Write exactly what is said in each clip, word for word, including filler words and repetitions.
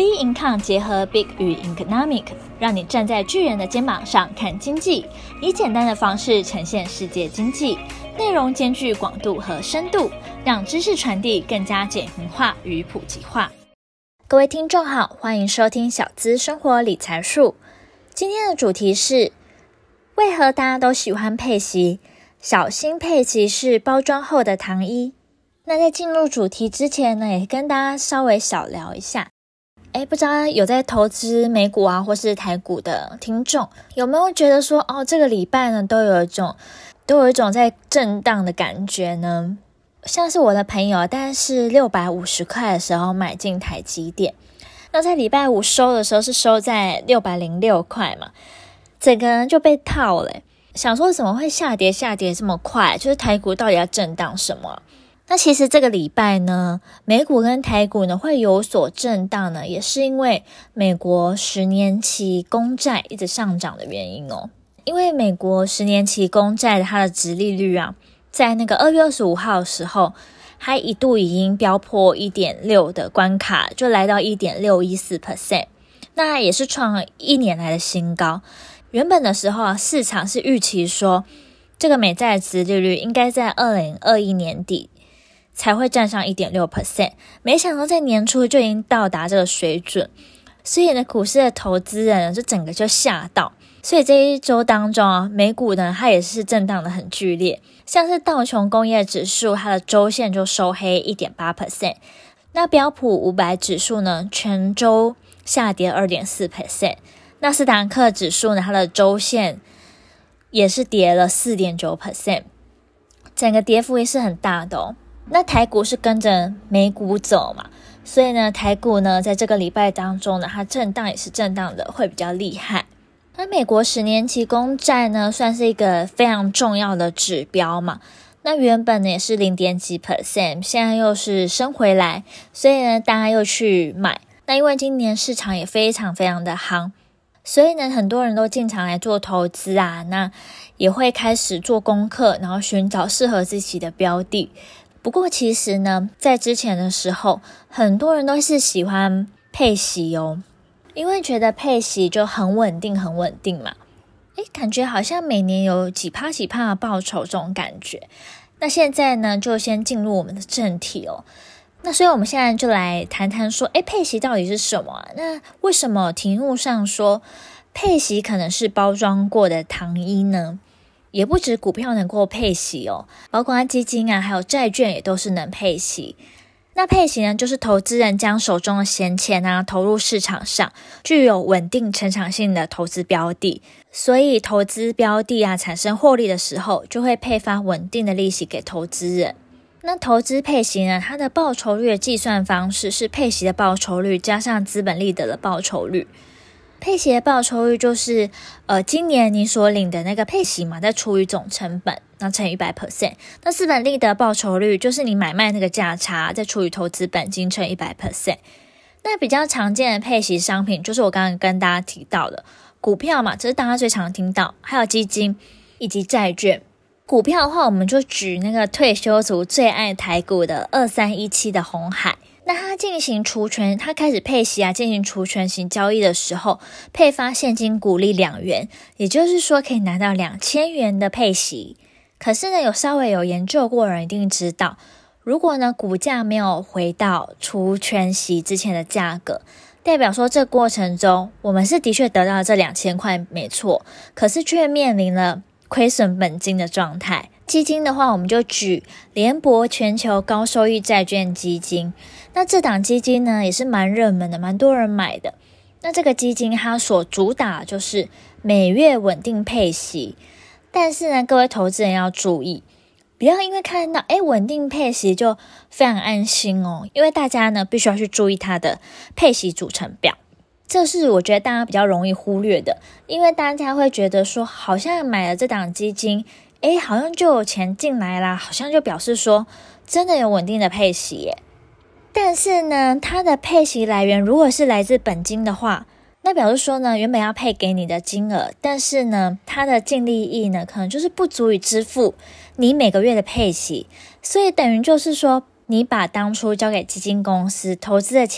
B Income 结合 Big 与 Economic， 让你站在巨人的肩膀上看经济，以简单的方式呈现世界经济，内容兼具广度和深度，让知识传递更加简明化与普及化。各位听众好，欢迎收听小资生活理财术。今天的主题是为何大家都喜欢佩奇？小心佩奇是包装后的糖衣。那在进入主题之前呢，也跟大家稍微小聊一下。诶，不知道有在投资美股啊或是台股的听众，有没有觉得说哦，这个礼拜呢都有一种都有一种在震荡的感觉呢？像是我的朋友大概是六百五十块的时候买进台积电，那在礼拜五收的时候是收在六百零六块嘛，整个人就被套了，想说怎么会下跌下跌这么快，就是台股到底要震荡什么？那其实这个礼拜呢，美股跟台股呢会有所震荡呢，也是因为美国十年期公债一直上涨的原因哦。因为美国十年期公债它的殖利率啊，在那个二月二十五号的时候，还一度已经飙破 一点六 的关卡，就来到 一点六一四 percent， 那也是创了一年来的新高。原本的时候啊，市场是预期说这个美债的殖利率应该在二零二一年底才会站上 一点六 percent， 没想到在年初就已经到达这个水准，所以呢，股市的投资人呢就整个就吓到。所以这一周当中啊，美股呢它也是震荡的很剧烈，像是道琼工业指数它的周线就收黑 一点八 percent， 那标普五百指数呢全周下跌 二点四 percent， 纳斯达克指数呢它的周线也是跌了 四点九 percent， 整个跌幅也是很大的哦。那台股是跟着美股走嘛，所以呢台股呢在这个礼拜当中呢，它震荡也是震荡的会比较厉害。那美国十年期公债呢算是一个非常重要的指标嘛，那原本呢也是 零点几 percent， 现在又是升回来，所以呢大家又去买。那因为今年市场也非常非常的夯，所以呢很多人都进场来做投资啊，那也会开始做功课，然后寻找适合自己的标的。不过其实呢，在之前的时候，很多人都是喜欢配息哦，因为觉得配息就很稳定很稳定嘛，诶，感觉好像每年有几趴几趴的报酬这种感觉。那现在呢，就先进入我们的正题哦。那所以我们现在就来谈谈说，诶，配息到底是什么啊？那为什么题目上说配息可能是包装过的糖衣呢？也不止股票能够配息哦，包括基金啊还有债券也都是能配息。那配息呢，就是投资人将手中的闲钱啊投入市场上，具有稳定成长性的投资标的，所以投资标的啊产生获利的时候，就会配发稳定的利息给投资人。那投资配息呢，它的报酬率的计算方式是配息的报酬率加上资本利得的报酬率。配息的报酬率就是呃，今年你所领的那个配息嘛，再除以总成本，那乘以 百分之百。 那资本利得报酬率就是你买卖那个价差，再除以投资本金乘以 百分之百。 那比较常见的配息商品就是我刚刚跟大家提到的股票嘛，这是大家最常听到，还有基金以及债券。股票的话，我们就举那个退休族最爱台股的二三一七的鸿海。那它进行除权，它开始配息啊，进行除权型交易的时候，配发现金股利两元，也就是说可以拿到两千元的配息。可是呢，有稍微有研究过的人一定知道，如果呢股价没有回到除权息之前的价格，代表说这过程中我们是的确得到了这两千块没错，可是却面临了亏损本金的状态。基金的话，我们就举联博全球高收益债券基金。那这档基金呢也是蛮热门的，蛮多人买的。那这个基金它所主打就是每月稳定配息，但是呢各位投资人要注意，不要因为看到诶稳定配息就非常安心哦，因为大家呢必须要去注意它的配息组成表。这是我觉得大家比较容易忽略的，因为大家会觉得说好像买了这档基金，诶好像就有钱进来啦，好像就表示说真的有稳定的配息耶。但是呢，它的配息来源如果是来自本金的话，那表示说呢，原本要配给你的金额，但是呢，它的净利益呢，可能就是不足以支付你每个月的配息，所以等于就是说，你把当初交给基金公司投资的钱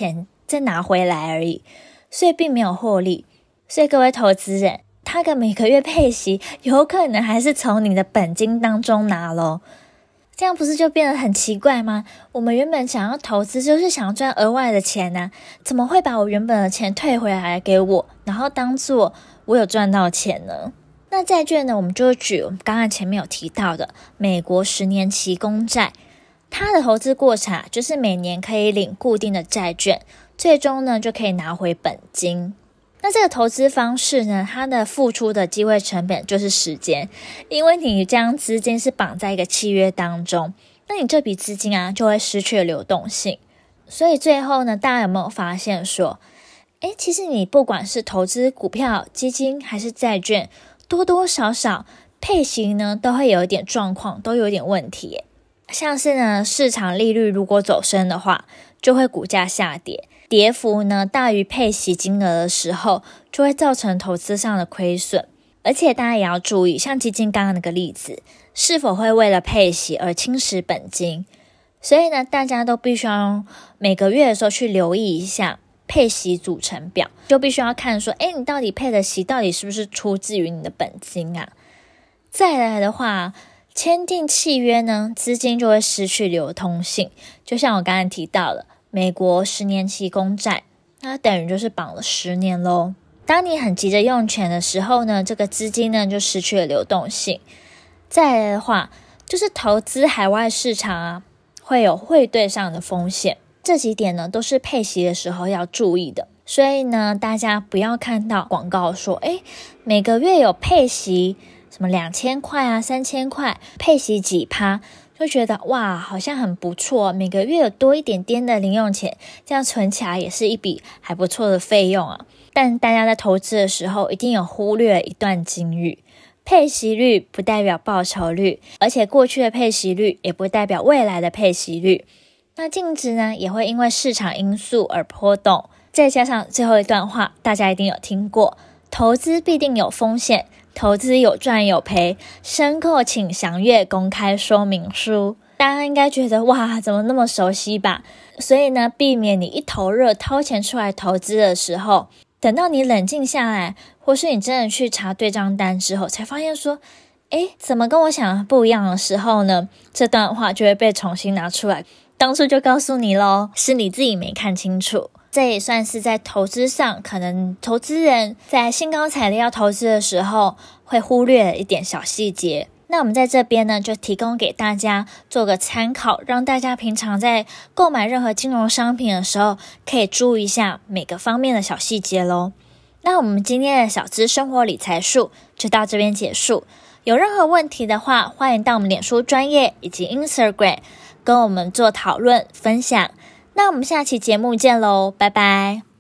再拿回来而已，所以并没有获利。所以各位投资人，他个每个月配息有可能还是从你的本金当中拿咯，这样不是就变得很奇怪吗？我们原本想要投资就是想要赚额外的钱啊，怎么会把我原本的钱退回来给我，然后当作我有赚到钱呢？那债券呢，我们就举我们刚刚前面有提到的美国十年期公债，它的投资过程就是每年可以领固定的债券，最终呢就可以拿回本金。那这个投资方式呢，它的付出的机会成本就是时间，因为你将资金是绑在一个契约当中，那你这笔资金啊就会失去了流动性。所以最后呢，大家有没有发现说，诶，其实你不管是投资股票、基金还是债券，多多少少配息呢都会有一点状况，都有一点问题耶。像是呢，市场利率如果走升的话，就会股价下跌，跌幅呢大于配息金额的时候，就会造成投资上的亏损。而且大家也要注意，像基金刚刚那个例子，是否会为了配息而侵蚀本金。所以呢，大家都必须要每个月的时候去留意一下配息组成表，就必须要看说，诶，你到底配的息到底是不是出自于你的本金啊？再来的话，签订契约呢，资金就会失去流通性。就像我刚才提到了美国十年期公债，那等于就是绑了十年咯。当你很急着用钱的时候呢，这个资金呢就失去了流动性。再来的话，就是投资海外市场啊，会有汇兑上的风险。这几点呢都是配息的时候要注意的。所以呢，大家不要看到广告说，诶，每个月有配息什么两千块啊、三千块，配息几趴，就觉得哇，好像很不错，每个月有多一点点的零用钱，这样存起来也是一笔还不错的费用啊。但大家在投资的时候，一定有忽略了一段金语，配息率不代表报酬率，而且过去的配息率也不代表未来的配息率。那净值呢，也会因为市场因素而波动。再加上最后一段话，大家一定有听过，投资必定有风险，投资有赚有赔，申购请详阅公开说明书。大家应该觉得哇，怎么那么熟悉吧？所以呢，避免你一头热掏钱出来投资的时候，等到你冷静下来，或是你真的去查对账单之后，才发现说，诶，怎么跟我想的不一样的时候呢，这段话就会被重新拿出来，当初就告诉你咯，是你自己没看清楚。这也算是在投资上，可能投资人在兴高采烈要投资的时候，会忽略一点小细节。那我们在这边呢，就提供给大家做个参考，让大家平常在购买任何金融商品的时候，可以注意一下每个方面的小细节咯。那我们今天的小资生活理财术就到这边结束。有任何问题的话，欢迎到我们脸书专页以及 Instagram 跟我们做讨论分享。那我们下期节目见咯，拜拜。